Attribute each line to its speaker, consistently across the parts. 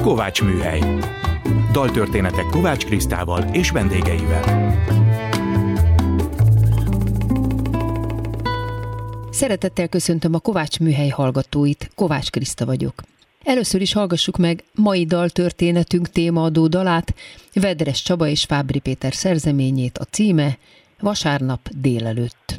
Speaker 1: Kovács Műhely. Daltörténetek Kovács Krisztával és vendégeivel.
Speaker 2: Szeretettel köszöntöm a Kovács Műhely hallgatóit, Kovács Kriszta vagyok. Először is hallgassuk meg mai daltörténetünk témaadó dalát, Vedres Csaba és Fábry Péter szerzeményét, a címe Vasárnap délelőtt.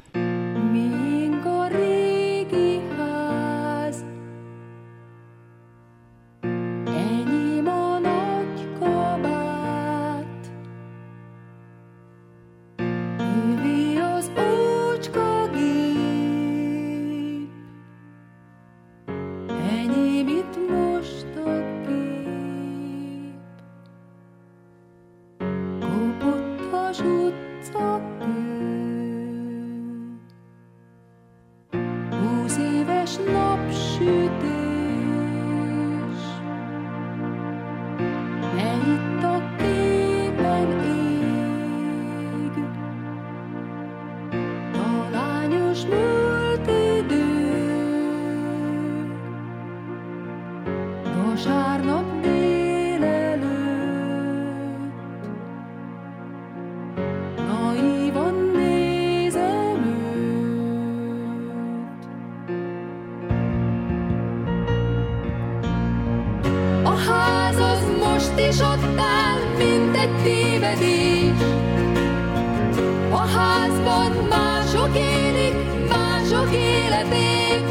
Speaker 3: És ott áll, mint egy tévedés. A házban mások élik, mások életét.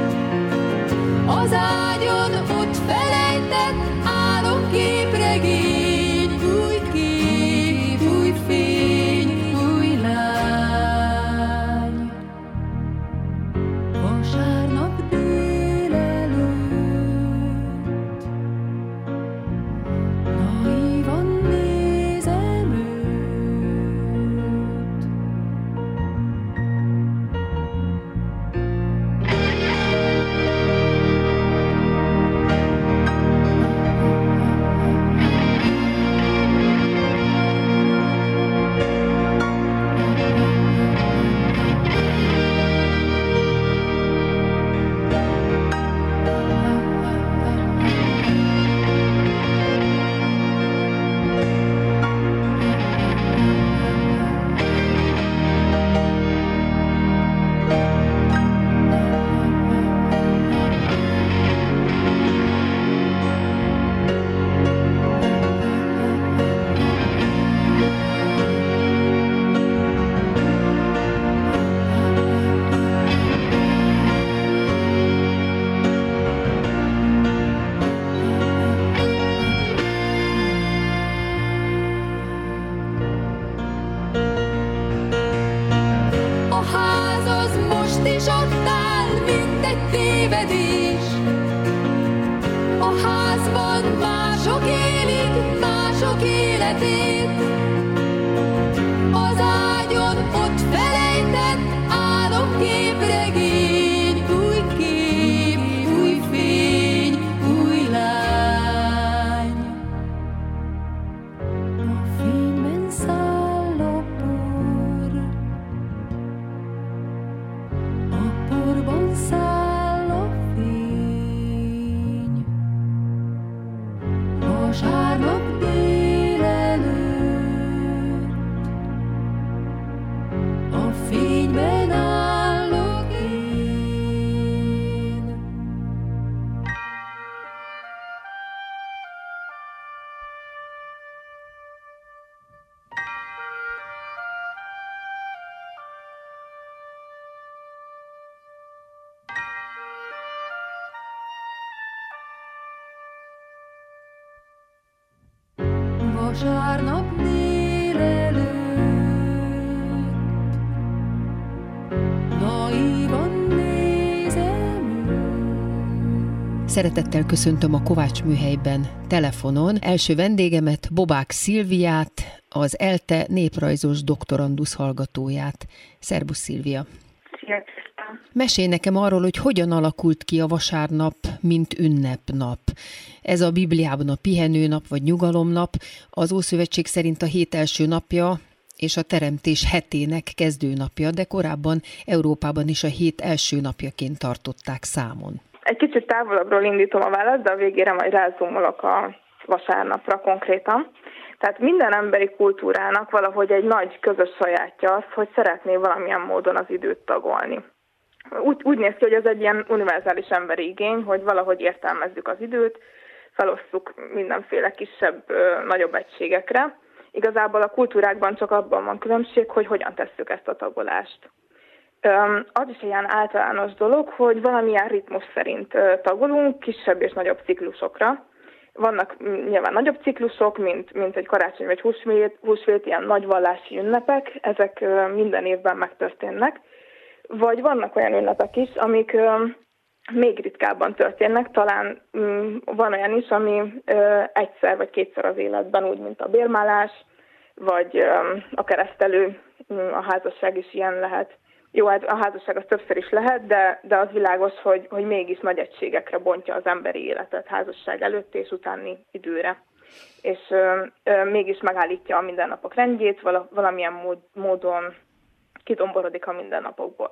Speaker 3: Az ágyon ott felejtett álomképregény. Új kép, új fény, új lány. Vasárnap délelőtt, naivan nézem őt.
Speaker 2: Szeretettel köszöntöm a Kovács Műhelyben telefonon első vendégemet, Bobák Szilviát, az ELTE néprajzos doktorandusz hallgatóját. Szerbusz, Szilvia!
Speaker 4: Szia!
Speaker 2: Mesélj nekem arról, hogy hogyan alakult ki a vasárnap, mint ünnepnap. Ez a Bibliában a pihenőnap vagy nyugalomnap, az Ószövetség szerint a hét első napja, és a teremtés hetének kezdőnapja, de korábban Európában is a hét első napjaként tartották számon.
Speaker 4: Egy kicsit távolabbról indítom a választ, de a végére majd rázumolok a vasárnapra konkrétan. Tehát minden emberi kultúrának valahogy egy nagy közös sajátja az, hogy szeretné valamilyen módon az időt tagolni. Úgy néz ki, hogy ez egy ilyen univerzális emberi igény, hogy valahogy értelmezzük az időt, felosszuk mindenféle kisebb, nagyobb egységekre. Igazából a kultúrákban csak abban van különbség, hogy hogyan tesszük ezt a tagolást. Az is ilyen általános dolog, hogy valamilyen ritmus szerint tagolunk kisebb és nagyobb ciklusokra. Vannak nyilván nagyobb ciklusok, mint egy karácsony vagy húsvét, ilyen nagy vallási ünnepek, ezek minden évben megtörténnek. Vagy vannak olyan ünnepek is, amik még ritkábban történnek, talán van olyan is, ami egyszer vagy kétszer az életben, úgy, mint a bérmálás, vagy a keresztelő, a házasság is ilyen lehet. Jó, hát a házasság az többször is lehet, de az világos, hogy mégis nagy egységekre bontja az emberi életet házasság előtt és utáni időre. És mégis megállítja a mindennapok rendjét, valamilyen módon kidomborodik a mindennapokból.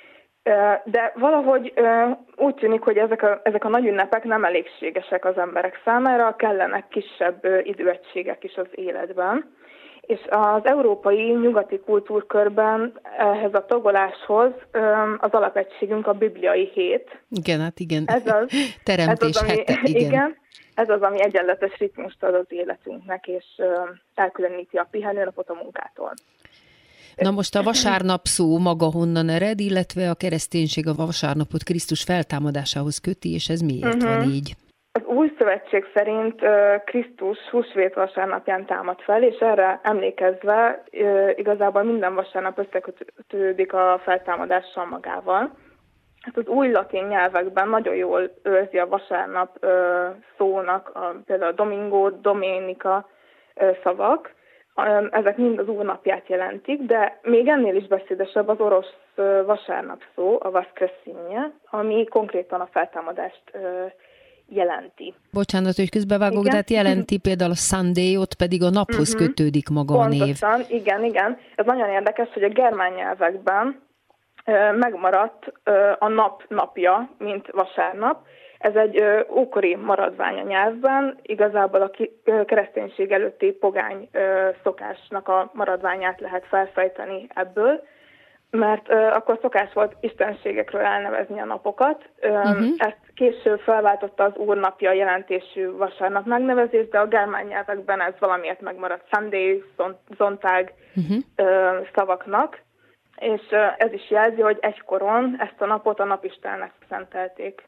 Speaker 4: De valahogy úgy tűnik, hogy ezek a nagy ünnepek nem elégségesek az emberek számára, kellenek kisebb időegységek is az életben. És az európai nyugati kultúrkörben ehhez a tagoláshoz az alapegységünk a bibliai hét.
Speaker 2: Igen, hát igen.
Speaker 4: Teremtés hete, igen. Ez az, ami egyenletes ritmust ad az életünknek, és elkülöníti a pihenőnapot a munkától.
Speaker 2: Na most a vasárnap szó maga honnan ered, illetve a kereszténység a vasárnapot Krisztus feltámadásához köti, és ez miért van így?
Speaker 4: Az új szövetség szerint Krisztus húsvét vasárnapján támad fel, és erre emlékezve igazából minden vasárnap összekötődik a feltámadással magával. Hát az új latin nyelvekben nagyon jól őrzi a vasárnap szónak, például a domingo, doménica szavak. Ezek mind az Úr napját jelentik, de még ennél is beszédesebb az orosz vasárnap szó, a voskresenje, ami konkrétan a feltámadást jelenti.
Speaker 2: Bocsánat, hogy közbevágok, de hát jelenti például a Sunday, ott pedig a naphoz kötődik maga a név.
Speaker 4: Pontosan, igen. Ez nagyon érdekes, hogy a germán nyelvekben megmaradt a napja, mint vasárnap. Ez egy ókori maradvány a nyelvben, igazából a kereszténység előtti pogány szokásnak a maradványát lehet felfejteni ebből, mert akkor szokás volt istenségekről elnevezni a napokat. Ezt később felváltotta az Úr napja jelentésű vasárnap megnevezés, de a germán nyelvekben ez valamiért megmaradt Sunday, Sonntag szavaknak, és ez is jelzi, hogy egykoron ezt a napot a napistennek szentelték.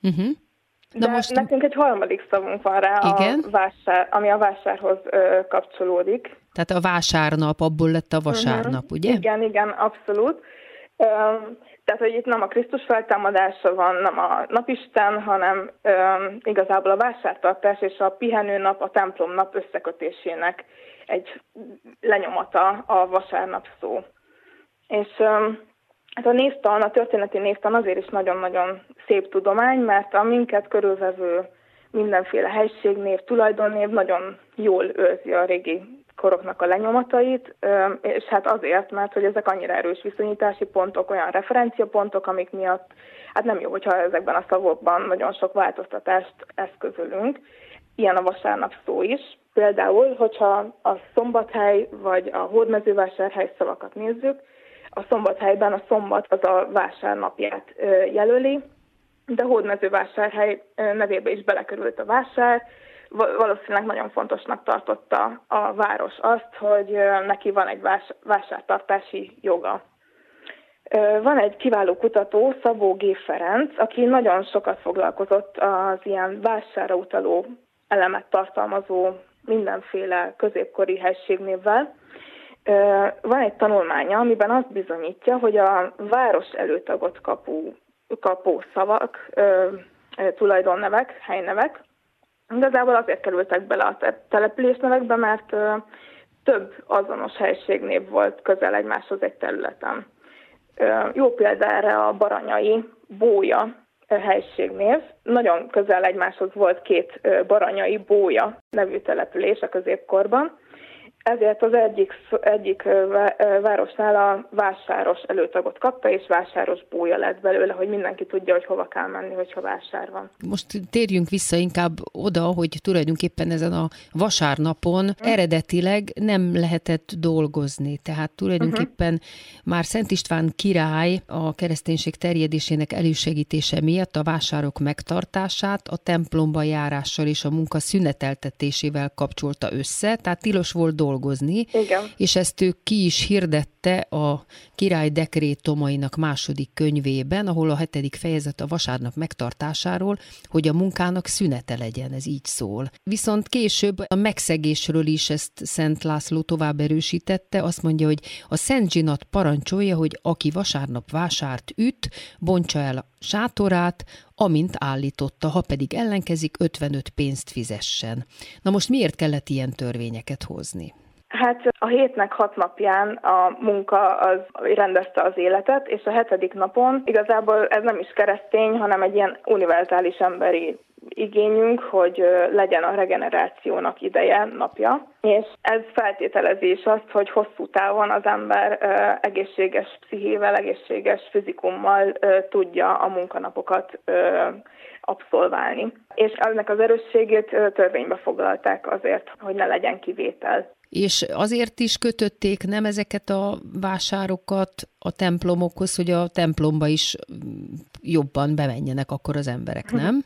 Speaker 4: De most nekünk egy harmadik szavunk van rá, ami a vásárhoz kapcsolódik.
Speaker 2: Tehát a vásárnap, abból lett a vasárnap, ugye?
Speaker 4: Igen, abszolút. Tehát, hogy itt nem a Krisztus feltámadása van, nem a napisten, hanem igazából a vásártartás és a pihenőnap, a templomnap összekötésének egy lenyomata a vasárnap szó. És hát a névtan, a történeti névtan azért is nagyon-nagyon szép tudomány, mert a minket körülvevő mindenféle helységnév, tulajdonnév nagyon jól őrzi a régi koroknak a lenyomatait, és hát azért, mert hogy ezek annyira erős viszonyítási pontok, olyan referenciapontok, amik miatt hát nem jó, hogyha ezekben a szavakban nagyon sok változtatást eszközölünk. Ilyen a vasárnap szó is. Például, hogyha a Szombathely vagy a Hódmezővásárhely szavakat nézzük, a Szombathelyben a szombat az a vásárnapját jelöli, de Hódmezővásárhely nevébe is belekerült a vásár. Valószínűleg nagyon fontosnak tartotta a város azt, hogy neki van egy vásártartási joga. Van egy kiváló kutató, Szabó G. Ferenc, aki nagyon sokat foglalkozott az ilyen vásárra utaló elemet tartalmazó mindenféle középkori helységnévvel. Van egy tanulmánya, amiben azt bizonyítja, hogy a város előtagot kapó szavak, tulajdonnevek, helynevek, igazából azért kerültek bele a településnevekbe, mert több azonos helységnév volt közel egymáshoz egy területen. Jó példa erre a baranyai Bója helységnév. Nagyon közel egymáshoz volt két baranyai Bója nevű település a középkorban. Ezért az egyik városnál a vásáros előtagot kapta, és vásáros bója lett belőle, hogy mindenki tudja, hogy hova kell menni, hogyha vásár van.
Speaker 2: Most térjünk vissza inkább oda, hogy tulajdonképpen ezen a vasárnapon eredetileg nem lehetett dolgozni. Tehát tulajdonképpen már Szent István király a kereszténység terjedésének elősegítése miatt a vásárok megtartását a templomba járással és a munka szüneteltetésével kapcsolta össze, tehát tilos volt dolgozni.
Speaker 4: Igen.
Speaker 2: És ezt ő ki is hirdette a király dekrétumainak második könyvében, ahol a 7. fejezet a vasárnap megtartásáról, hogy a munkának szünete legyen, ez így szól. Viszont később a megszegésről is ezt Szent László tovább erősítette, azt mondja, hogy a Szent Zsinat parancsolja, hogy aki vasárnap vásárt üt, bontsa el a sátorát, amint állította, ha pedig ellenkezik, 55 pénzt fizessen. Na most miért kellett ilyen törvényeket hozni?
Speaker 4: Hát a hétnek 6 napján a munka az rendezte az életet, és a 7. napon igazából ez nem is keresztény, hanem egy ilyen univerzális emberi igényünk, hogy legyen a regenerációnak ideje, napja. És ez feltételezi is azt, hogy hosszú távon az ember egészséges pszichével, egészséges fizikummal tudja a munkanapokat abszolválni. És ennek az erősségét törvénybe foglalták azért, hogy ne legyen kivétel.
Speaker 2: És azért is kötötték nem ezeket a vásárokat a templomokhoz, hogy a templomba is jobban bemenjenek akkor az emberek, nem?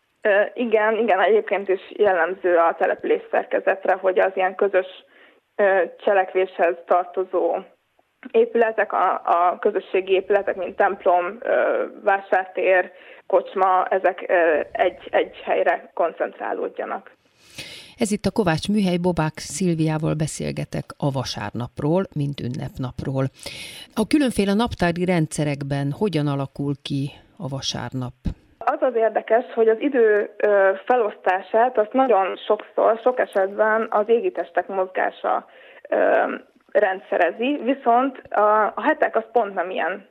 Speaker 4: Igen, egyébként is jellemző a település szerkezetre, hogy az ilyen közös cselekvéshez tartozó épületek, a közösségi épületek, mint templom, vásártér, kocsma, ezek egy helyre koncentrálódjanak.
Speaker 2: Ez itt a Kovács Műhely, Bobák Szilviával beszélgetek a vasárnapról, mint ünnepnapról. A különféle naptári rendszerekben hogyan alakul ki a vasárnap?
Speaker 4: Az az érdekes, hogy az idő felosztását azt nagyon sokszor, sok esetben az égitestek mozgása rendszerezi, viszont a hetek az pont nem ilyen,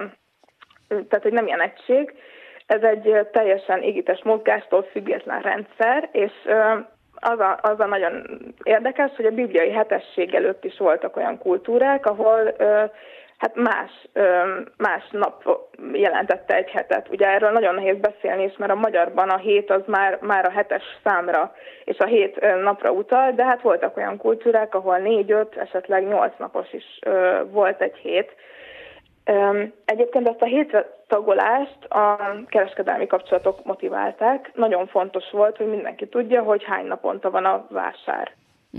Speaker 4: tehát hogy nem ilyen egység. Ez egy teljesen égitest mozgástól független rendszer, és az a nagyon érdekes, hogy a bibliai hetesség előtt is voltak olyan kultúrák, ahol hát más nap jelentette egy hetet. Ugye erről nagyon nehéz beszélni is, mert a magyarban a hét az már a hetes számra és a 7 napra utal, de hát voltak olyan kultúrák, ahol 4-5, esetleg 8 napos is volt egy hét. Egyébként ezt a héttagolást a kereskedelmi kapcsolatok motiválták. Nagyon fontos volt, hogy mindenki tudja, hogy hány naponta van a vásár.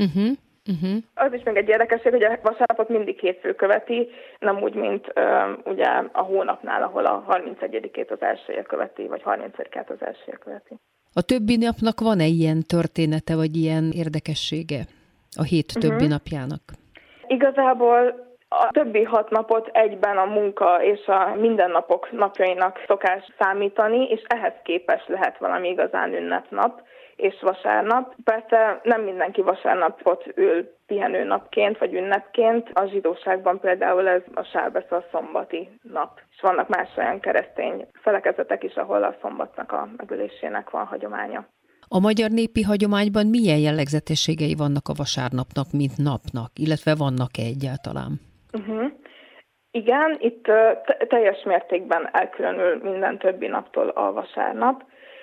Speaker 4: Az is még egy érdekesség, hogy a vasárnapot mindig hétfő követi, nem úgy, mint ugye a hónapnál, ahol a 31-ét az elsője követi, vagy 30-át az elsője követi.
Speaker 2: A többi napnak van-e ilyen története, vagy ilyen érdekessége a hét többi napjának? Igazából
Speaker 4: a többi 6 napot egyben a munka és a mindennapok napjainak szokás számítani, és ehhez képest lehet valami igazán ünnepnap és vasárnap. Persze nem mindenki vasárnapot ül pihenőnapként vagy ünnepként. A zsidóságban például ez a sábesz a szombati nap. És vannak más olyan keresztény felekezetek is, ahol a szombatnak a megülésének van hagyománya.
Speaker 2: A magyar népi hagyományban milyen jellegzetességei vannak a vasárnapnak, mint napnak, illetve vannak-e egyáltalán?
Speaker 4: Igen, itt teljes mértékben elkülönül minden többi naptól a vasárnap.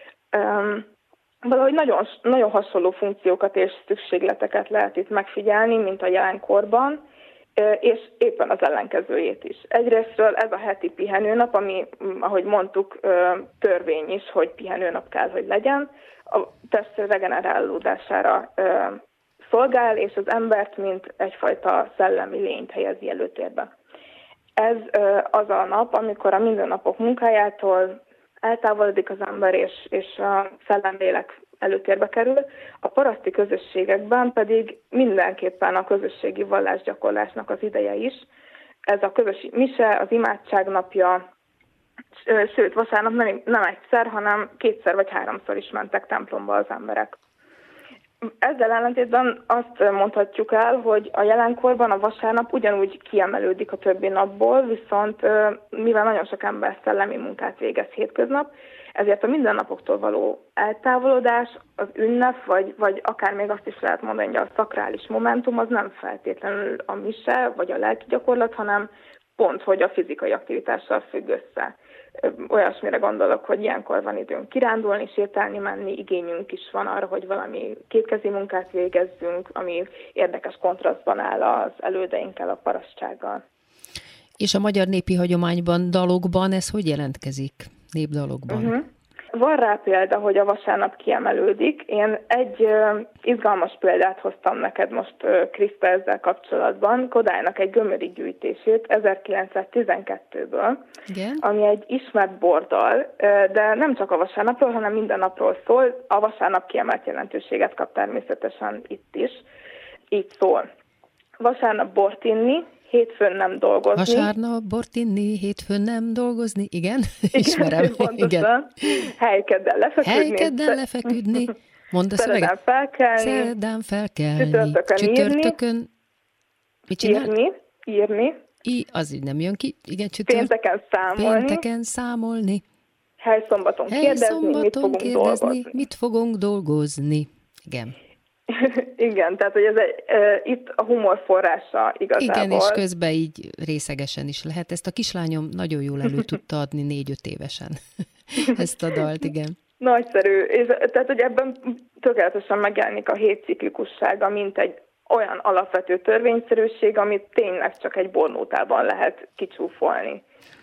Speaker 4: Valahogy nagyon, nagyon hasonló funkciókat és szükségleteket lehet itt megfigyelni, mint a jelenkorban, és éppen az ellenkezőjét is. Egyrésztről ez a heti pihenőnap, ami, ahogy mondtuk, törvény is, hogy pihenőnap kell, hogy legyen, a test regenerálódására szolgál, és az embert, mint egyfajta szellemi lényt helyezi előtérbe. Ez az a nap, amikor a mindennapok munkájától eltávolodik az ember, és a szellemlélek előtérbe kerül. A paraszti közösségekben pedig mindenképpen a közösségi vallásgyakorlásnak az ideje is. Ez a közös mise, az imádság napja, sőt, vasárnap nem egyszer, hanem 2-szer vagy 3-szor is mentek templomba az emberek. Ezzel ellentétben azt mondhatjuk el, hogy a jelenkorban a vasárnap ugyanúgy kiemelődik a többi napból, viszont mivel nagyon sok ember szellemi munkát végez hétköznap, Ezért a mindennapoktól való eltávolodás, az ünnep, vagy akár még azt is lehet mondani, hogy a szakrális momentum az nem feltétlenül a mise, vagy a lelki gyakorlat, hanem pont, hogy a fizikai aktivitással függ össze. Olyasmire gondolok, hogy ilyenkor van időnk kirándulni, sétálni menni, igényünk is van arra, hogy valami kétkezi munkát végezzünk, ami érdekes kontrasztban áll az elődeinkkel, a parasztsággal.
Speaker 2: És a magyar népi hagyományban, dalokban ez hogy jelentkezik? Népdalokban?
Speaker 4: Van rá példa, hogy a vasárnap kiemelődik. Én egy izgalmas példát hoztam neked most, Kriszta, ezzel kapcsolatban. Kodálynak egy gömöri gyűjtését 1912-ből, igen, ami egy ismert bordal, de nem csak a vasárnapról, hanem minden napról szól. A vasárnap kiemelt jelentőséget kap természetesen itt is. Így szól. Vasárnap bort inni, hétfőn nem dolgozni.
Speaker 2: Vasárnap bort inni, hétfőn nem dolgozni. Igen, ismerem. Igen.
Speaker 4: Helykeddel lefeküdni.
Speaker 2: Helykeddel lefeküdni. Mondd a szöveget.
Speaker 4: Szerdán felkelni.
Speaker 2: Szerdán felkelni. Csütörtökön. Mit csinál?
Speaker 4: Írni.
Speaker 2: Az így nem jön ki. Igen,
Speaker 4: Pénteken számolni.
Speaker 2: Pénteken számolni.
Speaker 4: Helyszombaton kérdezni,
Speaker 2: mit fogunk dolgozni. Igen.
Speaker 4: Igen, tehát hogy ez itt a humor forrása igazából.
Speaker 2: Igen, és közben így részegesen is lehet. Ezt a kislányom nagyon jól elő tudta adni 4-5 évesen. Ezt a dalt, igen.
Speaker 4: Nagyszerű. És tehát, hogy ebben tökéletesen megjelenik a hét ciklikussága, mint egy olyan alapvető törvényszerűség, amit tényleg csak egy bornótában lehet kicsúfolni.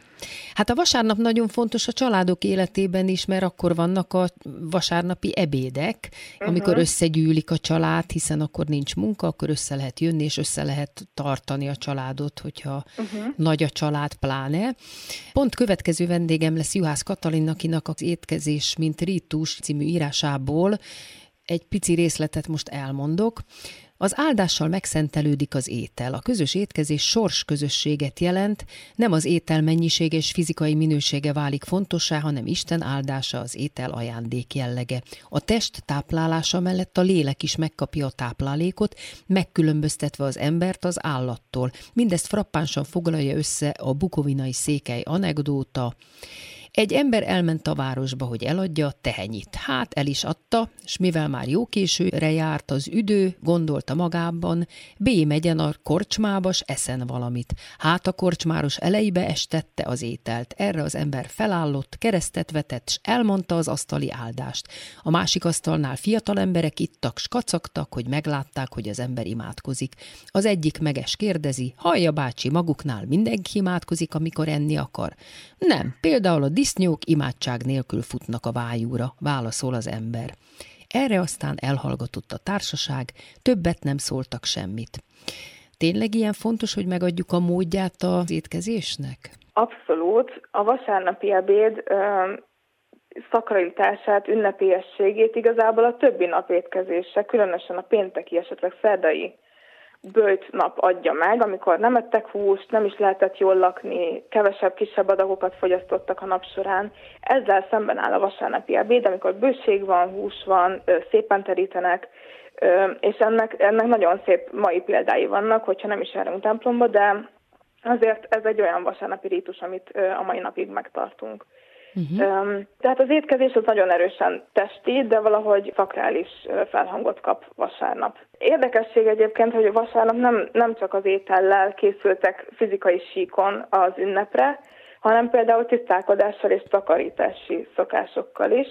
Speaker 2: Hát a vasárnap nagyon fontos a családok életében is, mert akkor vannak a vasárnapi ebédek, amikor összegyűlik a család, hiszen akkor nincs munka, akkor össze lehet jönni, és össze lehet tartani a családot, hogyha nagy a család, pláne. Pont következő vendégem lesz Juhász Katalin, akinek az Étkezés, mint rítus című írásából egy pici részletet most elmondok. Az áldással megszentelődik az étel. A közös étkezés sorsközösséget jelent, nem az étel mennyisége és fizikai minősége válik fontossá, hanem Isten áldása, az étel ajándék jellege. A test táplálása mellett a lélek is megkapja a táplálékot, megkülönböztetve az embert az állattól. Mindezt frappánsan foglalja össze a bukovinai székely anekdóta. Egy ember elment a városba, hogy eladja a tehenyit. Hát el is adta, s mivel már jó későre járt az üdő, gondolta magában, bémegyen a korcsmába, s eszen valamit. Hát a korcsmáros elejébe estette az ételt. Erre az ember felállott, keresztet vetett, s elmondta az asztali áldást. A másik asztalnál fiatal emberek ittak, s kacagtak, hogy meglátták, hogy az ember imádkozik. Az egyik meges kérdezi, hallja bácsi, maguknál mindenki imádkozik, amikor enni akar? Nem, például a disznyók imádság nélkül futnak a vájúra, válaszol az ember. Erre aztán elhallgatott a társaság, többet nem szóltak semmit. Tényleg ilyen fontos, hogy megadjuk a módját az étkezésnek?
Speaker 4: Abszolút. A vasárnapi ebéd szakralitását, ünnepélyességét igazából a többi nap étkezése, különösen a pénteki, esetleg szerdai böjtnap adja meg, amikor nem ettek húst, nem is lehetett jól lakni, kisebb adagokat fogyasztottak a nap során. Ezzel szemben áll a vasárnapi ebéd, amikor bőség van, hús van, szépen terítenek, és ennek nagyon szép mai példái vannak, hogyha nem is járunk templomba, de azért ez egy olyan vasárnapi rítus, amit a mai napig megtartunk. Tehát az étkezés az nagyon erősen testi, de valahogy szakrális felhangot kap vasárnap. Érdekesség egyébként, hogy vasárnap nem csak az étellel készültek fizikai síkon az ünnepre, hanem például tisztálkodással és takarítási szokásokkal is.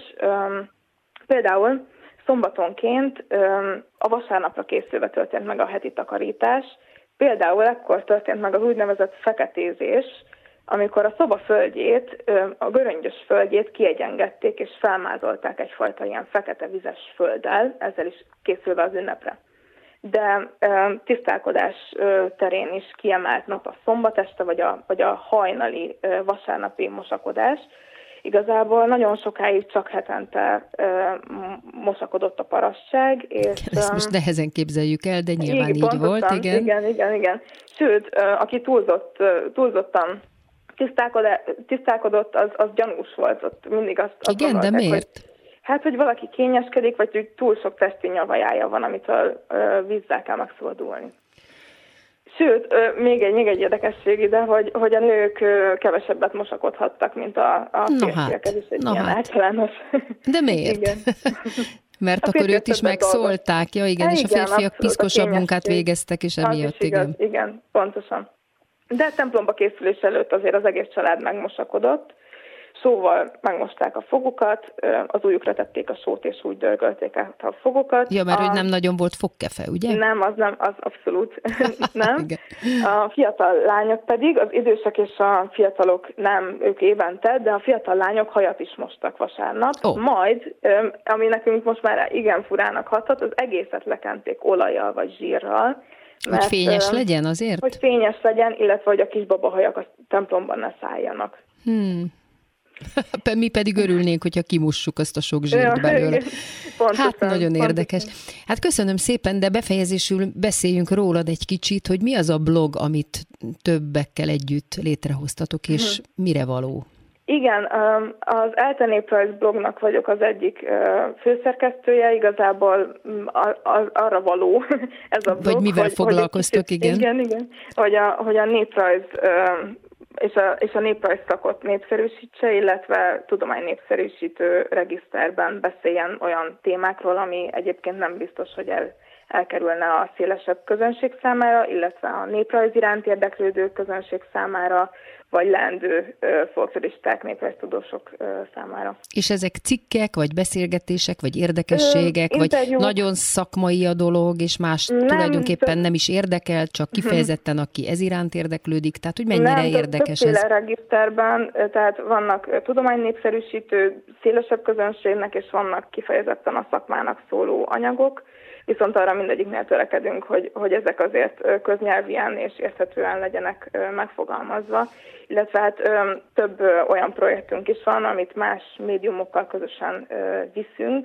Speaker 4: Például szombatonként a vasárnapra készülve történt meg a heti takarítás, például ekkor történt meg az úgynevezett feketézés, amikor a szoba földjét, a göröngyös földjét kiegyengették és felmázolták egyfajta ilyen fekete vizes földdel, ezzel is készülve az ünnepre. De tisztálkodás terén is kiemelt nap a szombat este, vagy a hajnali vasárnapi mosakodás. Igazából nagyon sokáig csak hetente mosakodott a parasztság. És,
Speaker 2: ezt most nehezen képzeljük el, de nyilván így volt.
Speaker 4: Igen. Sőt, aki túlzottan tisztálkodott, az gyanús volt. Ott mindig azt
Speaker 2: igen, de miért?
Speaker 4: Hogy valaki kényeskedik, vagy hogy túl sok testi nyavajája van, amitől vízzel kell megszabadulni. Sőt, még egy érdekesség ide, hogy a nők kevesebbet mosakodhattak, mint a férfiak. Ez is egy ilyen általános.
Speaker 2: De miért?
Speaker 4: Igen.
Speaker 2: Mert akkor őt is megszólták, ja igen, és a férfiak piszkosabb munkát végeztek, és emiatt, igen.
Speaker 4: Igen, pontosan. De templomba készülés előtt azért az egész család megmosakodott, szóval megmosták a fogukat, az ujjukra tették a sót, és úgy dörgölték át a fogukat.
Speaker 2: Ja, mert hogy nem nagyon volt fogkefe, ugye?
Speaker 4: Nem, az abszolút nem. A fiatal lányok pedig, az idősek és a fiatalok nem, ők évente, de a fiatal lányok hajat is mostak vasárnap. Majd, ami nekünk most már igen furának hathat, az egészet lekenték olajjal vagy zsírral.
Speaker 2: Hogy fényes legyen azért?
Speaker 4: Hogy fényes legyen, illetve hogy a kisbabahajak a templomban ne szálljanak.
Speaker 2: Mi pedig örülnénk, hogyha kimussuk azt a sok zsírt belőle. Hát nagyon érdekes. Hát köszönöm szépen, de befejezésül beszéljünk rólad egy kicsit, hogy mi az a blog, amit többekkel együtt létrehoztatok, és mire való?
Speaker 4: Igen, az ELTE Néprajz blognak vagyok az egyik főszerkesztője, igazából arra való ez a blog.
Speaker 2: Vagy mivel foglalkoztok, igen.
Speaker 4: Igen, hogy a néprajz és a néprajz szakot népszerűsítse, illetve tudománynépszerűsítő regiszterben beszéljen olyan témákról, ami egyébként nem biztos, hogy elkerülne a szélesebb közönség számára, illetve a néprajz iránt érdeklődő közönség számára, vagy leendő folkloristák, néprajztudósok számára.
Speaker 2: És ezek cikkek, vagy beszélgetések, vagy érdekességek, vagy nagyon szakmai a dolog, és más tulajdonképpen nem is érdekel, csak kifejezetten, aki ez iránt érdeklődik, tehát hogy mennyire érdekes ez?
Speaker 4: Nem, regiszterben, tehát vannak tudománynépszerűsítő, szélesebb közönségnek, és vannak kifejezetten a szakmának szóló anyagok, viszont arra mindegyiknél törekedünk, hogy ezek azért köznyelvien és érthetően legyenek megfogalmazva, illetve hát több olyan projektünk is van, amit más médiumokkal közösen viszünk,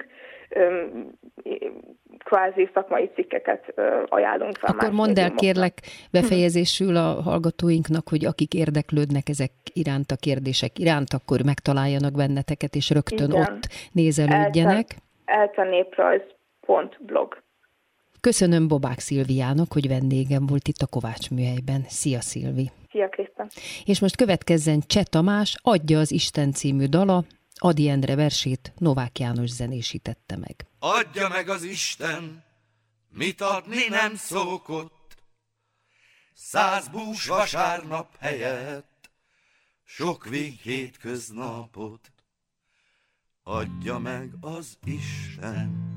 Speaker 4: kvázi szakmai cikkeket ajánlunk fel.
Speaker 2: Akkor mondd el kérlek befejezésül a hallgatóinknak, hogy akik érdeklődnek ezek iránt, a kérdések iránt, akkor megtaláljanak benneteket, és rögtön ott nézelődjenek.
Speaker 4: eltenéprajz.blog.
Speaker 2: Köszönöm Bobák Szilviának, hogy vendégem volt itt a Kovács Műhelyben. Szia, Szilvi!
Speaker 4: Szia, Kriszta!
Speaker 2: És most következzen Cseh Tamás, Adja az Isten című dala, Ady Endre versét Novák János zenésítette meg.
Speaker 5: Adja meg az Isten, mit adni nem szokott, 100 bús vasárnap helyett, sok vég hétköznapot. Adja meg az Isten.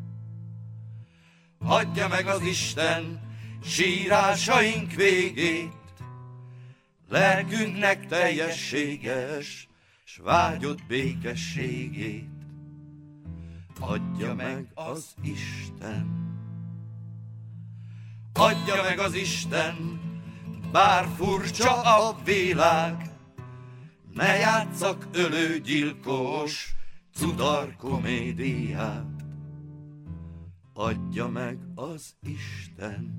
Speaker 5: Adja meg az Isten sírásaink végét, lelkünknek teljességes, s vágyott békességét. Adja meg az Isten. Adja meg az Isten, bár furcsa a világ, ne játsszak ölőgyilkos cudar komédiát. Adja meg az Isten.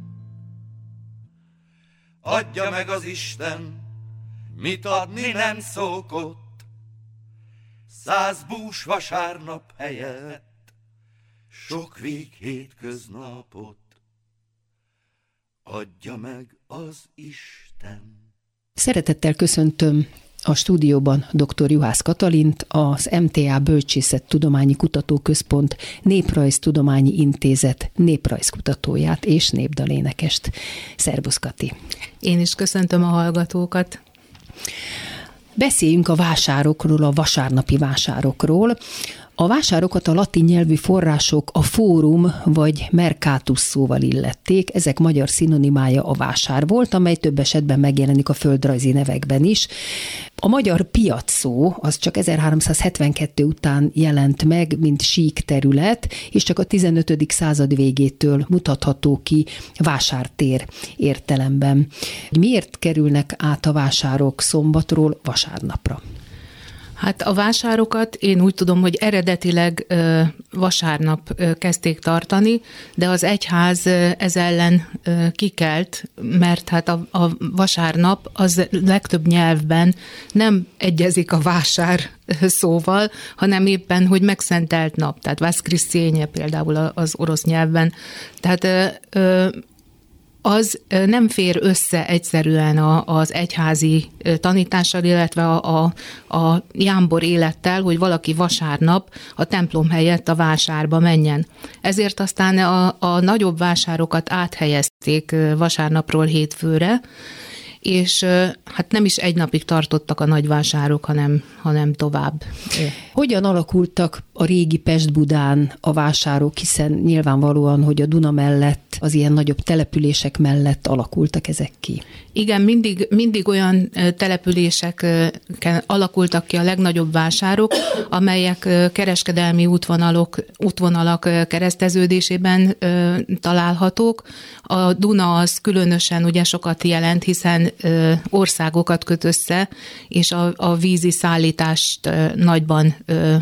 Speaker 5: Adja meg az Isten, mit adni nem szokott, 100 bús vasárnap helyett, sok vég hétköznapot. Adja meg az Isten.
Speaker 2: Szeretettel köszöntöm a stúdióban dr. Juhász Katalint, az MTA Bölcsészettudományi Kutatóközpont Néprajztudományi Intézet néprajzkutatóját és népdalénekest. Szervusz, Kati!
Speaker 6: Én is köszöntöm a hallgatókat.
Speaker 2: Beszéljünk a vásárokról, a vasárnapi vásárokról. A vásárokat a latin nyelvű források a fórum vagy mercatus szóval illették, ezek magyar szinonimája a vásár volt, amely több esetben megjelenik a földrajzi nevekben is. A magyar piac szó az csak 1372 után jelent meg, mint sík terület, és csak a 15. század végétől mutatható ki vásártér értelemben. Miért kerülnek át a vásárok szombatról vasárnapra?
Speaker 6: Hát a vásárokat én úgy tudom, hogy eredetileg vasárnap kezdték tartani, de az egyház ez ellen kikelt, mert hát a vasárnap az legtöbb nyelvben nem egyezik a vásár szóval, hanem éppen, hogy megszentelt nap, tehát Voskressenje például az orosz nyelvben. Tehát az nem fér össze egyszerűen az egyházi tanítással, illetve a jámbor élettel, hogy valaki vasárnap a templom helyett a vásárba menjen. Ezért aztán a nagyobb vásárokat áthelyezték vasárnapról hétfőre, és hát nem is egy napig tartottak a nagyvásárok, hanem tovább.
Speaker 2: Hogyan alakultak a régi Pest-Budán a vásárok, hiszen nyilvánvalóan, hogy a Duna mellett, az ilyen nagyobb települések mellett alakultak ezek ki?
Speaker 6: Igen, mindig olyan településeken alakultak ki a legnagyobb vásárok, amelyek kereskedelmi útvonalak kereszteződésében találhatók. A Duna az különösen ugye sokat jelent, hiszen országokat köt össze, és a vízi szállítást nagyban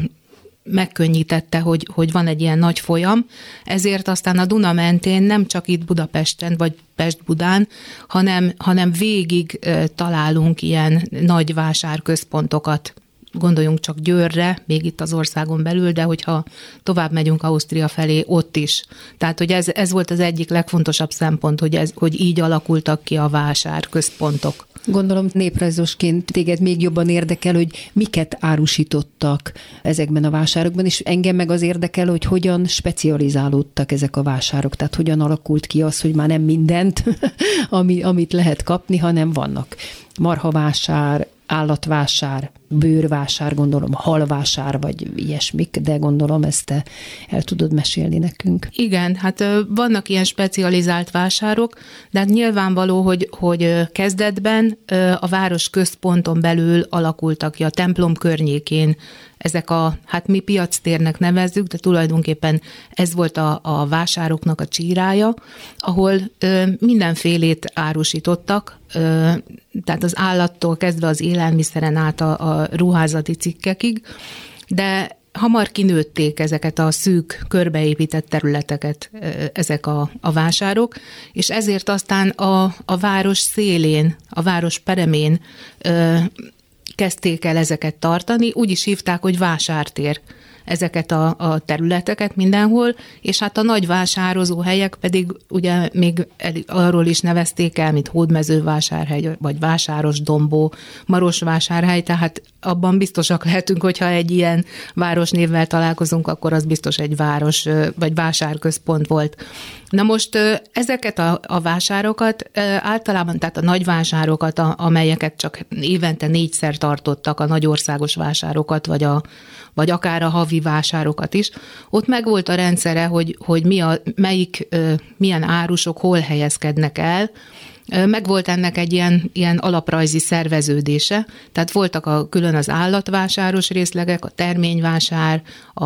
Speaker 6: megkönnyítette, hogy van egy ilyen nagy folyam, ezért aztán a Duna mentén nem csak itt Budapesten, vagy Pest-Budán, hanem végig találunk ilyen nagy vásárközpontokat. Gondoljunk csak Győrre, még itt az országon belül, de hogyha tovább megyünk Ausztria felé, ott is. Tehát, hogy ez volt az egyik legfontosabb szempont, hogy így alakultak ki a vásárközpontok.
Speaker 2: Gondolom néprajzosként téged még jobban érdekel, hogy miket árusítottak ezekben a vásárokban, és engem meg az érdekel, hogy hogyan specializálódtak ezek a vásárok, tehát hogyan alakult ki az, hogy már nem mindent, amit lehet kapni, hanem vannak marhavásár, állatvásár, bőrvásár, gondolom, halvásár, vagy ilyesmik, de gondolom ezt te el tudod mesélni nekünk.
Speaker 6: Igen, hát vannak ilyen specializált vásárok, de hát nyilvánvaló, hogy kezdetben a város központon belül alakultak ki a templom környékén ezek hát mi piactérnek nevezzük, de tulajdonképpen ez volt a vásároknak a csírája, ahol mindenfélét árusítottak, tehát az állattól kezdve az élelmiszeren át a ruházati cikkekig, de hamar kinőtték ezeket a szűk, körbeépített területeket ezek a vásárok, és ezért aztán a város szélén, a város peremén kezdték el ezeket tartani, úgy is hívták, hogy vásártér ezeket a területeket mindenhol, és hát a nagy vásározó helyek pedig ugye még arról is nevezték el, mint Hódmezővásárhely, vagy Vásárosdombó, Marosvásárhely, tehát abban biztosak lehetünk, hogyha egy ilyen városnévvel találkozunk, akkor az biztos egy város vagy vásárközpont volt. Na most ezeket a vásárokat általában, tehát a nagy vásárokat, amelyeket csak évente 4-szer tartottak, a nagy országos vásárokat, vagy akár a havi vásárokat is, ott megvolt a rendszere, hogy milyen árusok hol helyezkednek el. Megvolt ennek egy ilyen alaprajzi szerveződése, tehát voltak külön az állatvásáros részlegek, a terményvásár,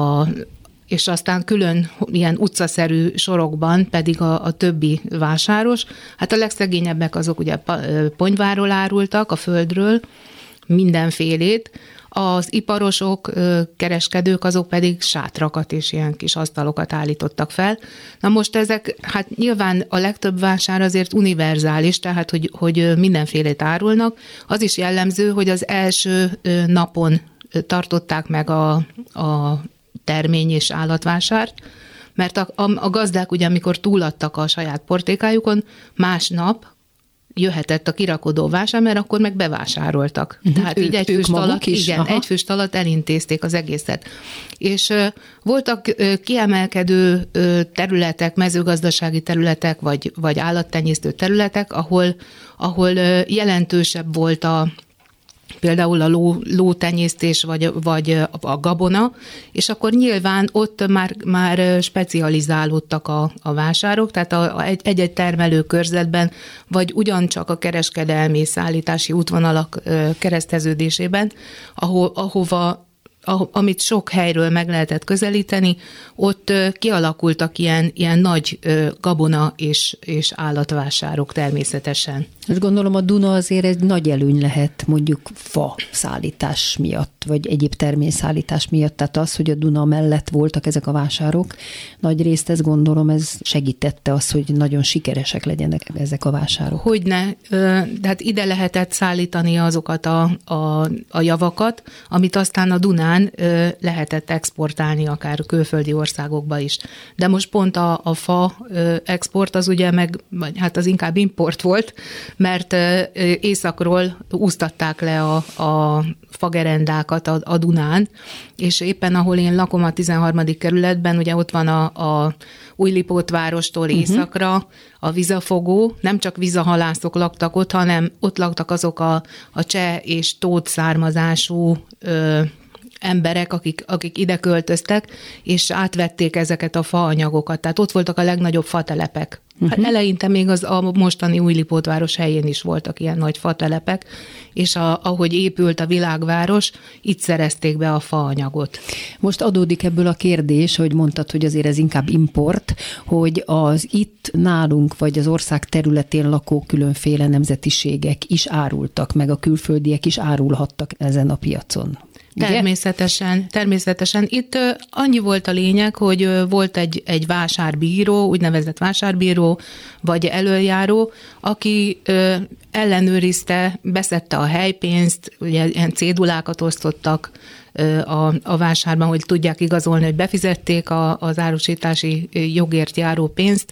Speaker 6: és aztán külön ilyen utcaszerű sorokban pedig a többi vásáros. Hát a legszegényebbek azok ugye ponyváról árultak, a földről, mindenfélét. Az iparosok, kereskedők, azok pedig sátrakat és ilyen kis asztalokat állítottak fel. Na most ezek, hát nyilván a legtöbb vásár azért univerzális, tehát hogy mindenfélét árulnak. Az is jellemző, hogy az első napon tartották meg a termény- és állatvásárt, mert a gazdák ugye, amikor túladtak a saját portékájukon, másnap jöhetett a kirakodó vásár, mert akkor meg bevásároltak. Tehát így egy füst alatt elintézték az egészet. És voltak kiemelkedő területek, mezőgazdasági területek, vagy állattenyésztő területek, ahol jelentősebb volt például a lótenyésztés, vagy a gabona, és akkor nyilván ott már specializálódtak a vásárok, tehát egy-egy termelőkörzetben, vagy ugyancsak a kereskedelmi szállítási útvonalak kereszteződésében, amit sok helyről meg lehetett közelíteni, ott kialakultak ilyen nagy gabona és állatvásárok természetesen.
Speaker 2: És gondolom a Duna azért egy nagy előny lehet mondjuk fa szállítás miatt, vagy egyéb terményszállítás miatt. Tehát az, hogy a Duna mellett voltak ezek a vásárok, nagy részt ezt gondolom, ez segítette azt, hogy nagyon sikeresek legyenek ezek a vásárok.
Speaker 6: Hogyne, tehát ide lehetett szállítani azokat a javakat, amit aztán a Dunán Dunán lehetett exportálni akár külföldi országokba is. De most pont a fa export az ugye hát az inkább import volt, mert északról úsztatták le a fagerendákat a Dunán, és éppen ahol én lakom a 13. kerületben, ugye ott van a Újlipótvárostól északra a vizafogó, nem csak vizahalászok laktak ott, hanem ott laktak azok a cseh és tót származású emberek, akik ide költöztek, és átvették ezeket a faanyagokat. Tehát ott voltak a legnagyobb fatelepek. Hát eleinte még a mostani Újlipótváros helyén is voltak ilyen nagy fatelepek, és ahogy épült a világváros, itt szerezték be a faanyagot.
Speaker 2: Most adódik ebből a kérdés, hogy mondtad, hogy azért ez inkább import, hogy az itt nálunk, vagy az ország területén lakó különféle nemzetiségek is árultak, meg a külföldiek is árulhattak ezen a piacon.
Speaker 6: Természetesen. Itt annyi volt a lényeg, hogy volt egy vásárbíró, úgynevezett vásárbíró, vagy elöljáró, aki ellenőrizte, beszedte a helypénzt, ugye ilyen cédulákat osztottak a vásárban, hogy tudják igazolni, hogy befizették az árusítási jogért járó pénzt,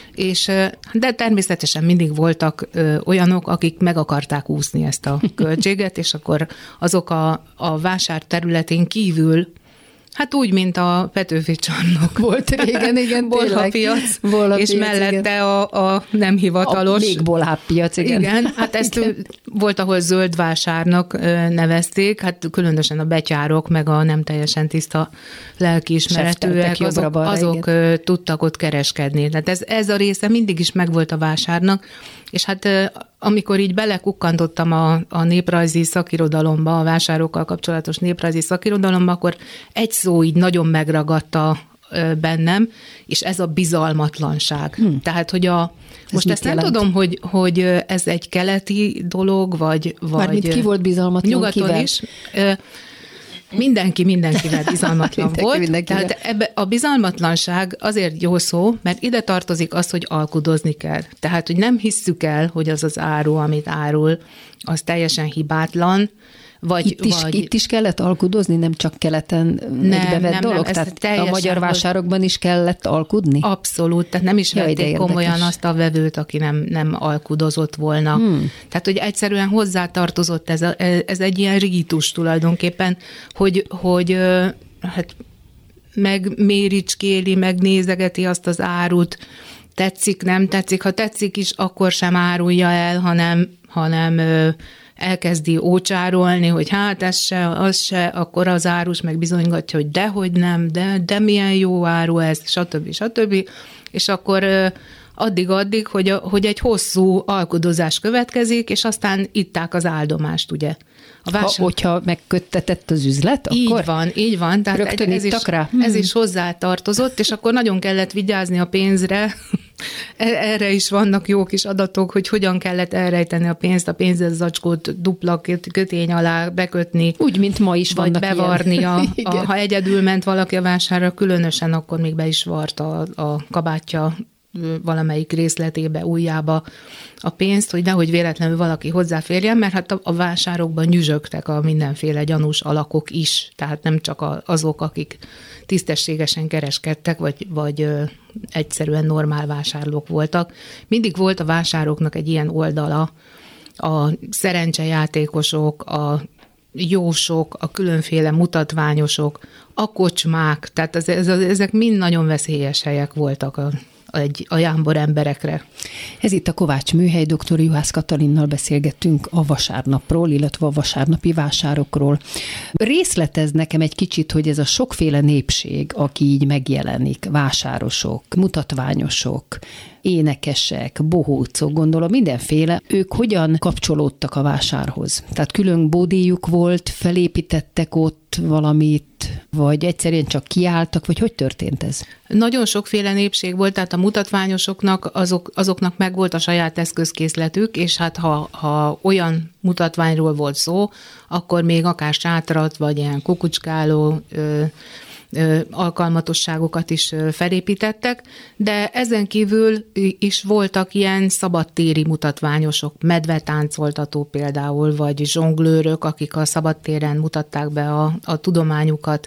Speaker 6: de természetesen mindig voltak olyanok, akik meg akarták úszni ezt a költséget, és akkor azok a vásár területén kívül, hát úgy, mint a Petőfi csarnok.
Speaker 2: Volt régen, igen,
Speaker 6: bolhapiac, és mellette igen. a nem hivatalos.
Speaker 2: Még bolhapiac, igen.
Speaker 6: Igen, hát ezt volt, ahol zöld vásárnak nevezték, hát különösen a betyárok, meg a nem teljesen tiszta lelkiismeretűek, azok tudtak ott kereskedni. Tehát ez a része mindig is megvolt a vásárnak, és hát amikor így belekukkantottam a néprajzi szakirodalomba, a vásárokkal kapcsolatos néprajzi szakirodalomba, akkor egy szó így nagyon megragadta bennem, és ez a bizalmatlanság. Tehát, hogy most ezt nem tudom, hogy ez egy keleti dolog, vagy
Speaker 2: mármint ki volt bizalmatlan,
Speaker 6: nyugaton kivel? Is. Mindenkivel bizalmatlan volt. Tehát a bizalmatlanság azért jó szó, mert ide tartozik az, hogy alkudozni kell. Tehát, hogy nem hisszük el, hogy az áru, amit árul, az teljesen hibátlan,
Speaker 2: Itt is kellett alkudozni, nem csak keleten bevett dolog? Tehát a magyar vásárokban is kellett alkudni?
Speaker 6: Abszolút, tehát nem is vették komolyan azt a vevőt, aki nem alkudozott volna. Tehát, hogy egyszerűen hozzátartozott ez egy ilyen rítus tulajdonképpen, hogy hát megméricskéli, megnézegeti azt az árut, tetszik, nem tetszik. Ha tetszik is, akkor sem árulja el, hanem elkezdi ócsárolni, hogy hát ez se, az se, akkor az árus meg bizonygatja, hogy dehogy nem, de milyen jó áru ez, stb. És akkor addig, hogy egy hosszú alkudozás következik, és aztán itták az áldomást, ugye.
Speaker 2: Hogyha megköttetett az üzlet, akkor?
Speaker 6: Így van. Tehát
Speaker 2: rögtön
Speaker 6: ez is hozzátartozott, és akkor nagyon kellett vigyázni a pénzre. Erre is vannak jó kis adatok, hogy hogyan kellett elrejteni a pénzt, a pénzzacskót dupla kötény alá bekötni.
Speaker 2: Úgy, mint ma is
Speaker 6: vagy
Speaker 2: vannak
Speaker 6: bevarni, ha egyedül ment valaki a vásárra, különösen akkor még be is varta a kabátja valamelyik részletébe, ujjába a pénzt, hogy nehogy véletlenül valaki hozzáférjen, mert hát a vásárokban nyüzsögtek a mindenféle gyanús alakok is, tehát nem csak azok, akik tisztességesen kereskedtek, vagy egyszerűen normál vásárlók voltak. Mindig volt a vásároknak egy ilyen oldala, a szerencsejátékosok, a jósok, a különféle mutatványosok, a kocsmák, tehát ezek mind nagyon veszélyes helyek voltak a jámbor emberekre.
Speaker 2: Ez itt a Kovács Műhely, dr. Juhász Katalinnal beszélgettünk a vasárnapról, illetve a vasárnapi vásárokról. Részletez nekem egy kicsit, hogy ez a sokféle népség, aki így megjelenik, vásárosok, mutatványosok, énekesek, bohócok, gondolom mindenféle, ők hogyan kapcsolódtak a vásárhoz? Tehát külön bódéjuk volt, felépítettek ott valamit, vagy egyszerűen csak kiálltak, vagy hogy történt ez?
Speaker 6: Nagyon sokféle népség volt, tehát a mutatványosoknak, azoknak meg volt a saját eszközkészletük, és hát ha olyan mutatványról volt szó, akkor még akár sátrat, vagy ilyen kukucskáló alkalmatosságokat is felépítettek, de ezen kívül is voltak ilyen szabadtéri mutatványosok, medvetáncoltató például, vagy zsonglőrök, akik a szabadtéren mutatták be a tudományukat,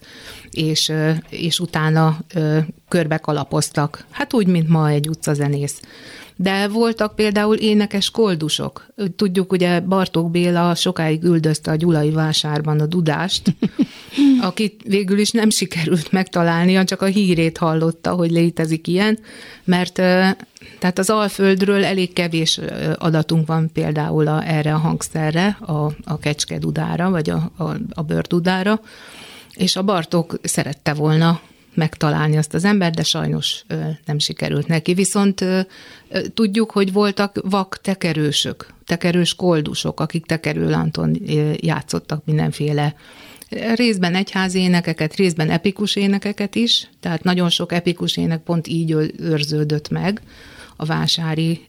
Speaker 6: és utána körbe kalapoztak. Hát úgy, mint ma egy utcazenész. De voltak például énekes koldusok. Tudjuk, ugye Bartók Béla sokáig üldözte a gyulai vásárban a Dudást, akit végül is nem sikerült megtalálnia, csak a hírét hallotta, hogy létezik ilyen, mert tehát az Alföldről elég kevés adatunk van például erre a hangszerre, a kecske dudára, vagy a bőrdudára, és a Bartók szerette volna megtalálni azt az embert, de sajnos nem sikerült neki. Viszont tudjuk, hogy voltak vak tekerősök, tekerős koldusok, akik tekerőlánton játszottak mindenféle részben egyházi énekeket, részben epikus énekeket is, tehát nagyon sok epikus ének pont így őrződött meg a vásári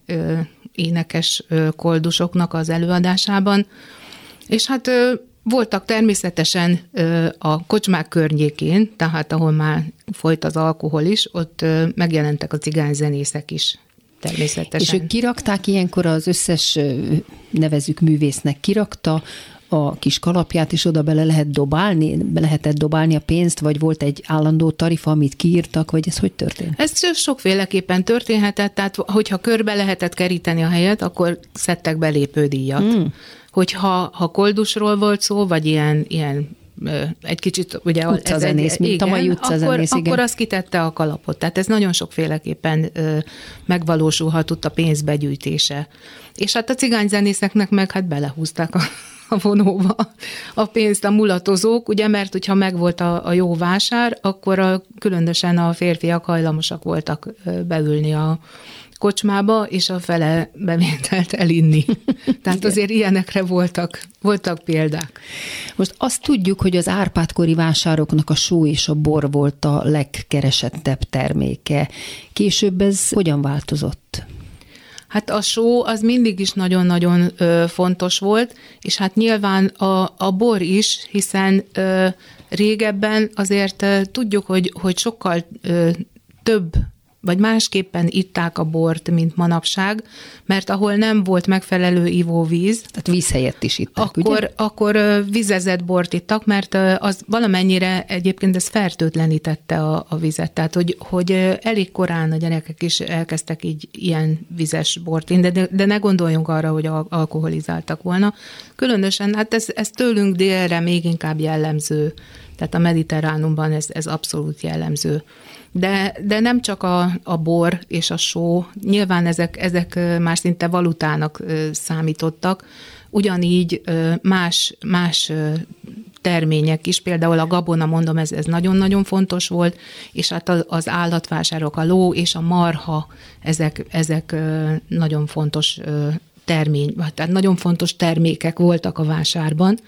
Speaker 6: énekes koldusoknak az előadásában. És hát voltak természetesen a kocsmák környékén, tehát ahol már folyt az alkohol is, ott megjelentek a cigányzenészek is természetesen.
Speaker 2: És ők kirakták ilyenkor az összes, nevezzük művésznek, kirakta a kis kalapját, és oda lehetett dobálni a pénzt, vagy volt egy állandó tarifa, amit kiírtak, vagy ez hogy történt?
Speaker 6: Ez sokféleképpen történhetett, tehát hogyha körbe lehetett keríteni a helyet, akkor szedtek belépődíjat. Hogyha koldusról volt szó, vagy ilyen egy kicsit, ugye
Speaker 2: utcazenész, mint a mai utcazenész, igen.
Speaker 6: Akkor az kitette a kalapot. Tehát ez nagyon sokféleképpen megvalósulhatott a pénz begyűjtése. És hát a cigányzenészeknek meg hát belehúzták a vonóba a pénzt a mulatozók, ugye, mert hogyha megvolt a jó vásár, akkor különösen a férfiak hajlamosak voltak beülni a kocsmába, és a fele bevételt elinni. Tehát azért ilyenekre voltak példák.
Speaker 2: Most azt tudjuk, hogy az Árpád-kori vásároknak a só és a bor volt a legkeresettebb terméke. Később ez hogyan változott?
Speaker 6: Hát a só az mindig is nagyon-nagyon fontos volt, és hát nyilván a bor is, hiszen régebben azért tudjuk, hogy sokkal több vagy másképpen itták a bort, mint manapság, mert ahol nem volt megfelelő ivóvíz,
Speaker 2: tehát víz helyett is itták,
Speaker 6: akkor vizezett bort ittak, mert az valamennyire egyébként ez fertőtlenítette a vizet, tehát hogy elég korán a gyerekek is elkezdtek így ilyen vizes bort inni, de ne gondoljunk arra, hogy alkoholizáltak volna. Különösen, hát ez tőlünk délre még inkább jellemző, tehát a Mediterránumban ez abszolút jellemző. De nem csak a bor és a só, nyilván ezek már szinte valutának számítottak, ugyanígy más termények is, például a gabona, mondom, ez nagyon-nagyon fontos volt, és hát az állatvásárok, a ló és a marha, ezek nagyon fontos tehát nagyon fontos termékek voltak a vásárban.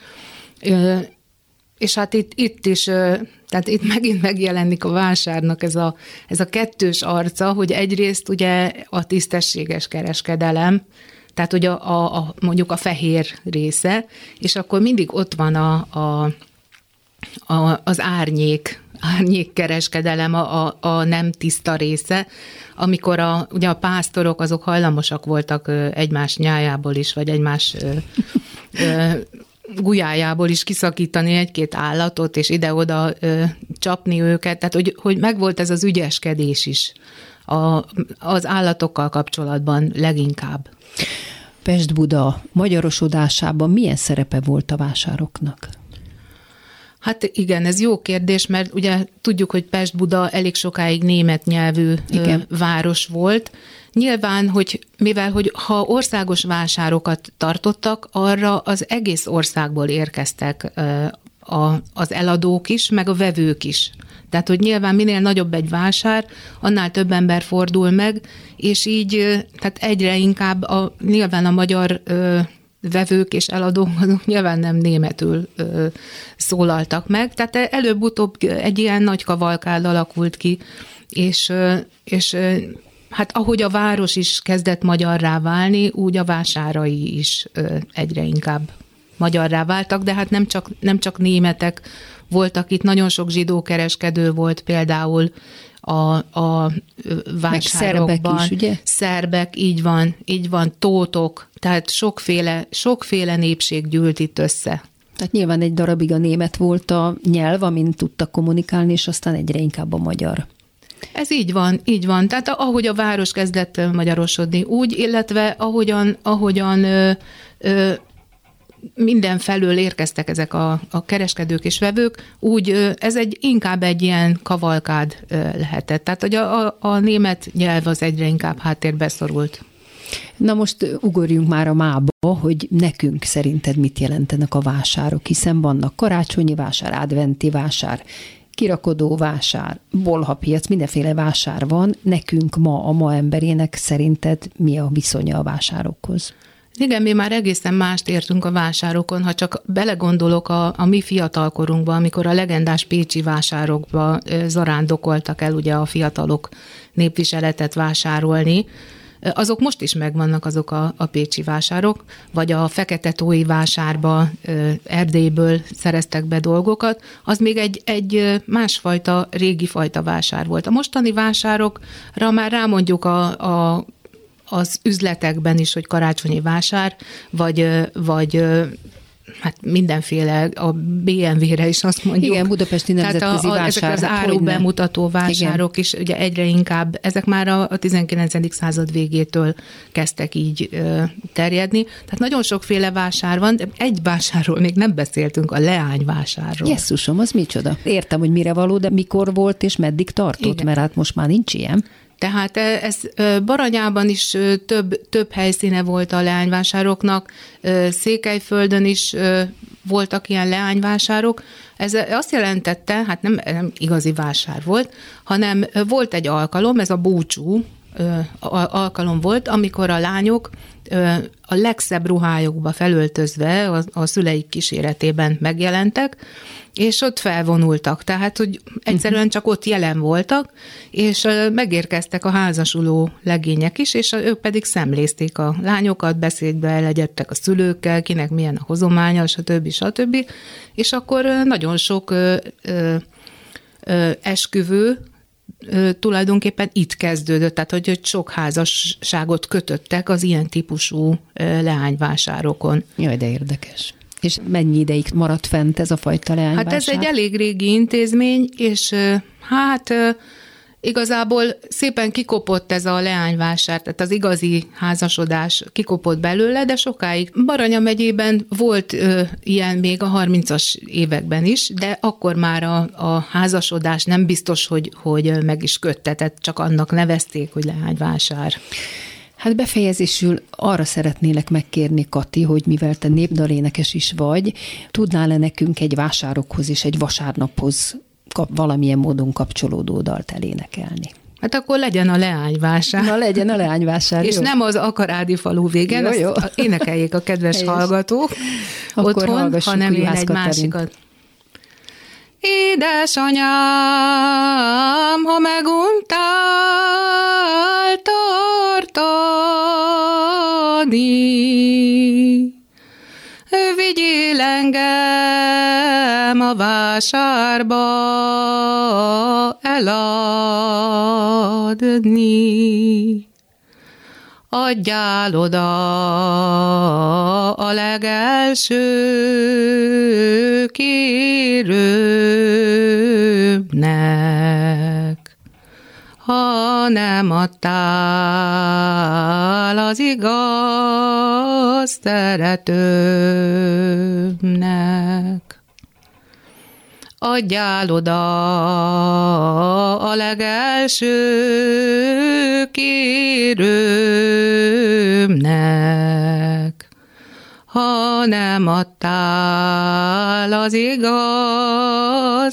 Speaker 6: És hát itt is, tehát itt megint megjelenik a vásárnak ez a kettős arca, hogy egyrészt ugye a tisztességes kereskedelem, tehát ugye mondjuk a fehér része, és akkor mindig ott van az árnyék kereskedelem, a nem tiszta része, amikor ugye a pásztorok azok hajlamosak voltak egymás nyájából is, vagy egymás gulyájából is kiszakítani egy-két állatot, és ide-oda csapni őket, tehát hogy megvolt ez az ügyeskedés is az állatokkal kapcsolatban leginkább.
Speaker 2: Pest-Buda magyarosodásában milyen szerepe volt a vásároknak?
Speaker 6: Hát igen, ez jó kérdés, mert ugye tudjuk, hogy Pest-Buda elég sokáig német nyelvű város volt. Nyilván, hogy ha országos vásárokat tartottak, arra az egész országból érkeztek az eladók is, meg a vevők is. Tehát, hogy nyilván minél nagyobb egy vásár, annál több ember fordul meg, és így tehát egyre inkább nyilván a magyar vevők és eladók azok nyilván nem németül szólaltak meg. Tehát előbb-utóbb egy ilyen nagy kavalkád alakult ki, és hát ahogy a város is kezdett magyarrá válni, úgy a vásárai is egyre inkább magyarrá váltak, de hát nem csak németek voltak itt, nagyon sok zsidó kereskedő volt például a vásárokban.
Speaker 2: Meg szerbek is, ugye?
Speaker 6: Szerbek, így van, tótok, tehát sokféle népség gyűlt itt össze.
Speaker 2: Tehát nyilván egy darabig a német volt a nyelv, amin tudtak kommunikálni, és aztán egyre inkább a magyar.
Speaker 6: Ez így van. Tehát ahogy a város kezdett magyarosodni, úgy, illetve ahogyan mindenfelől érkeztek ezek a kereskedők és vevők, úgy ez inkább egy ilyen kavalkád lehetett. Tehát, hogy a német nyelv az egyre inkább háttérbe szorult.
Speaker 2: Na most ugorjunk már a mába, hogy nekünk szerinted mit jelentenek a vásárok, hiszen vannak karácsonyi vásár, adventi vásár, kirakodó vásár, bolhapiac, mindenféle vásár van. Nekünk a ma emberének szerinted mi a viszonya a vásárokhoz?
Speaker 6: Igen, mi már egészen mást értünk a vásárokon, ha csak belegondolok a mi fiatalkorunkba, amikor a legendás pécsi vásárokba zarándokoltak el ugye a fiatalok népviseletet vásárolni, azok most is megvannak azok a pécsi vásárok, vagy a Fekete-tói vásárba Erdélyből szereztek be dolgokat, az még egy másfajta, régi fajta vásár volt. A mostani vásárokra már rámondjuk az üzletekben is, hogy karácsonyi vásár, vagy hát mindenféle, a BMW-re is azt mondjuk.
Speaker 2: Igen, budapesti nemzetközi vásár.
Speaker 6: Ezek az árubemutató vásárok is ugye egyre inkább, ezek már a 19. század végétől kezdtek így terjedni. Tehát nagyon sokféle vásár van, de egy vásárról még nem beszéltünk, a leányvásárról.
Speaker 2: Jesszusom, az micsoda? Értem, hogy mire való, de mikor volt és meddig tartott, igen. Mert hát most már nincs ilyen.
Speaker 6: Tehát ez Baranyában is több helyszíne volt a leányvásároknak, Székelyföldön is voltak ilyen leányvásárok. Ez azt jelentette, hát nem igazi vásár volt, hanem volt egy alkalom, ez a búcsú alkalom volt, amikor a lányok a legszebb ruhájukba felöltözve a szüleik kíséretében megjelentek, és ott felvonultak, tehát, hogy egyszerűen csak ott jelen voltak, és megérkeztek a házasuló legények is, és ők pedig szemlézték a lányokat, beszédbe elegyedtek a szülőkkel, kinek milyen a hozománya, stb. És akkor nagyon sok esküvő tulajdonképpen itt kezdődött, tehát hogy sok házasságot kötöttek az ilyen típusú leányvásárokon.
Speaker 2: Jaj, de érdekes. És mennyi ideig maradt fent ez a fajta leányvásár?
Speaker 6: Hát ez egy elég régi intézmény, és hát igazából szépen kikopott ez a leányvásár, tehát az igazi házasodás kikopott belőle, de sokáig. Baranya megyében volt ilyen még a 30-as években is, de akkor már a házasodás nem biztos, hogy meg is köttetett, csak annak nevezték, hogy leányvásár.
Speaker 2: Hát befejezésül arra szeretnélek megkérni, Kati, hogy mivel te népdalénekes is vagy, tudnál-e nekünk egy vásárokhoz és egy vasárnaphoz valamilyen módon kapcsolódó dalt elénekelni?
Speaker 6: Hát akkor legyen a leányvásár.
Speaker 2: Na, legyen a leányvásár.
Speaker 6: És
Speaker 2: jó.
Speaker 6: Nem az Akarádi falu végen, jó. Azt énekeljék a kedves helyes hallgatók
Speaker 2: akkor
Speaker 6: otthon, hanem én egy másikat. Édesanyám, ha meguntál tartani, vigyél engem a vásárba eladni. Adjál oda a legelső kérőmnek, ha nem adtál az igaz szeretőmnek. Adjál oda a legelső kérőmnek, ha nem adtál az igaz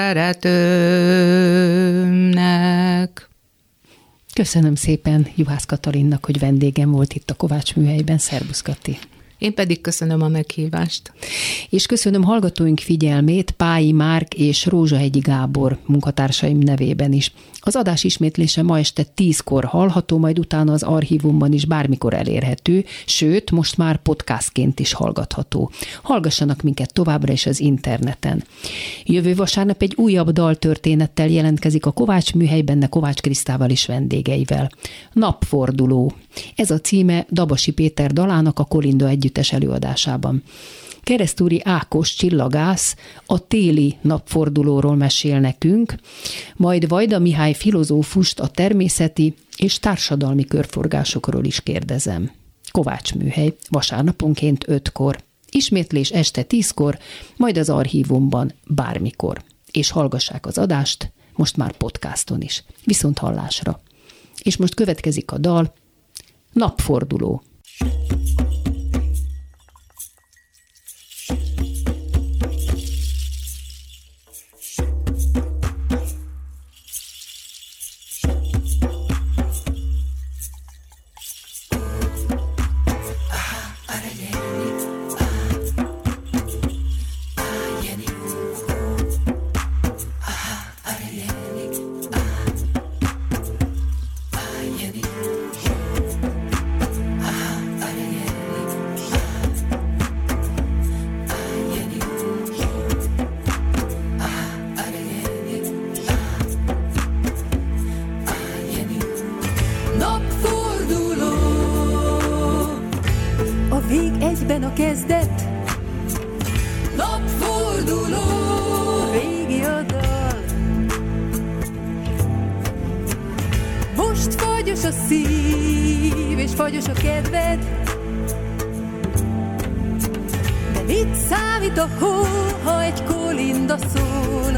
Speaker 6: szeretőmnek.
Speaker 2: Köszönöm szépen Juhász Katalinnak, hogy vendégem volt itt a Kovács Műhelyben. Szerbusz, Kati!
Speaker 6: Én pedig köszönöm a meghívást.
Speaker 2: És köszönöm hallgatóink figyelmét Pályi Márk és Rózsahegyi Gábor munkatársaim nevében is. Az adás ismétlése ma este 10-kor hallható, majd utána az archívumban is bármikor elérhető, sőt, most már podcastként is hallgatható. Hallgassanak minket továbbra is az interneten. Jövő vasárnap egy újabb daltörténettel jelentkezik a Kovács Műhely, benne Kovács Krisztával és vendégeivel. Napforduló. Ez a címe Dabasi Péter dalának a Kolinda együttes előadásában. Keresztúri Ákos csillagász a téli napfordulóról mesél nekünk, majd Vajda Mihály filozófust a természeti és társadalmi körforgásokról is kérdezem. Kovács Műhely, vasárnaponként 5-kor, ismétlés este 10-kor, majd az archívumban bármikor. És hallgassák az adást, most már podcaston is. Viszont hallásra. És most következik a dal, Napforduló.
Speaker 3: Egyben a kezdet, napforduló, végi a dal. Most fagyos a szív, és fagyos a kedved, de mit számít a hó, ha egy kolinda szól?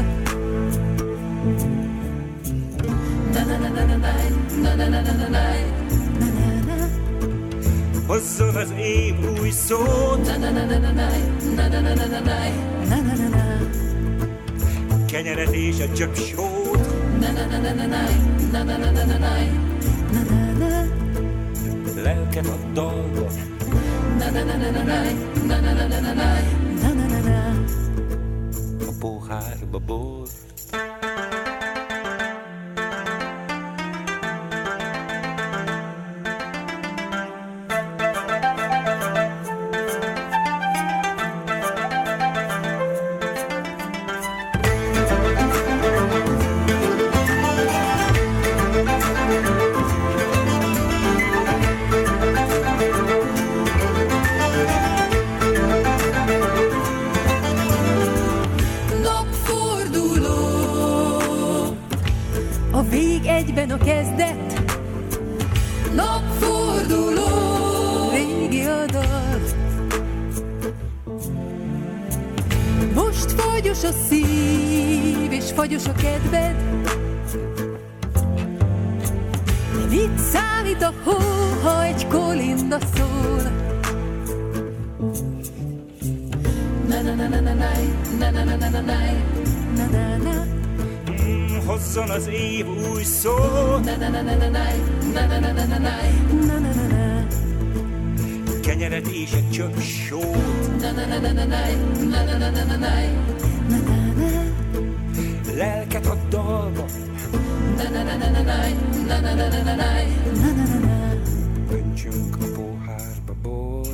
Speaker 7: Hozzon az év új szót, kenyeret és a csöpsót, lelket a dalba, a pohárba bor.
Speaker 3: Egyben a kezdet, napforduló, végi a dal. Most fagyos a szív, és fagyos a kedved, de mit számít a hó, ha egy kolinda szól?
Speaker 7: Hozzon az év új szót, kenyeret és egy csöpp sót, lelket a dalba, öntsünk a pohárba bort.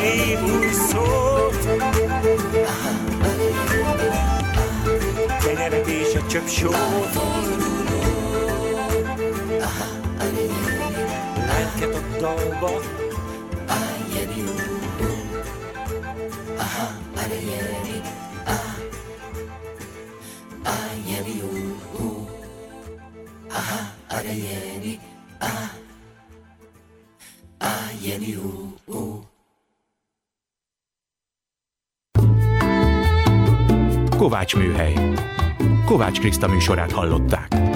Speaker 7: év új szót. Kenyeret és egy csöpp sót. Lelket a dalba.
Speaker 1: Kovács Műhely. Kovács Kriszta műsorát hallották.